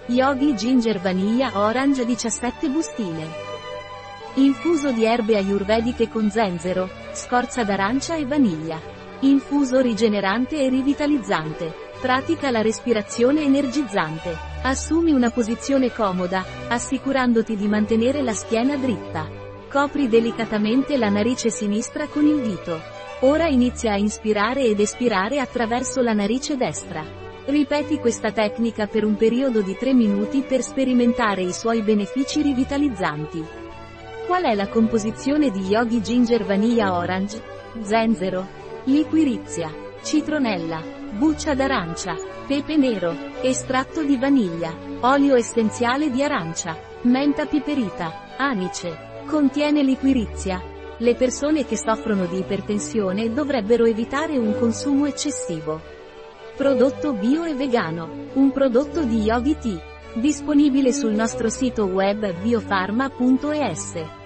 Yogi Ginger Vaniglia Orange 17 bustine. Infuso di erbe ayurvediche con zenzero, scorza d'arancia e vaniglia. Infuso rigenerante e rivitalizzante. Pratica la respirazione energizzante. Assumi una posizione comoda, assicurandoti di mantenere la schiena dritta. Copri delicatamente la narice sinistra con il dito. Ora inizia a inspirare ed espirare attraverso la narice destra. Ripeti questa tecnica per un periodo di 3 minuti per sperimentare i suoi benefici rivitalizzanti. Qual è la composizione di Yogi Ginger Vanilla Orange? Zenzero, liquirizia, citronella, buccia d'arancia, pepe nero, estratto di vaniglia, olio essenziale di arancia, menta piperita, anice. Contiene liquirizia. Le persone che soffrono di ipertensione dovrebbero evitare un consumo eccessivo. Prodotto bio e vegano. Un prodotto di Yogi Tea. Disponibile sul nostro sito web biofarma.es.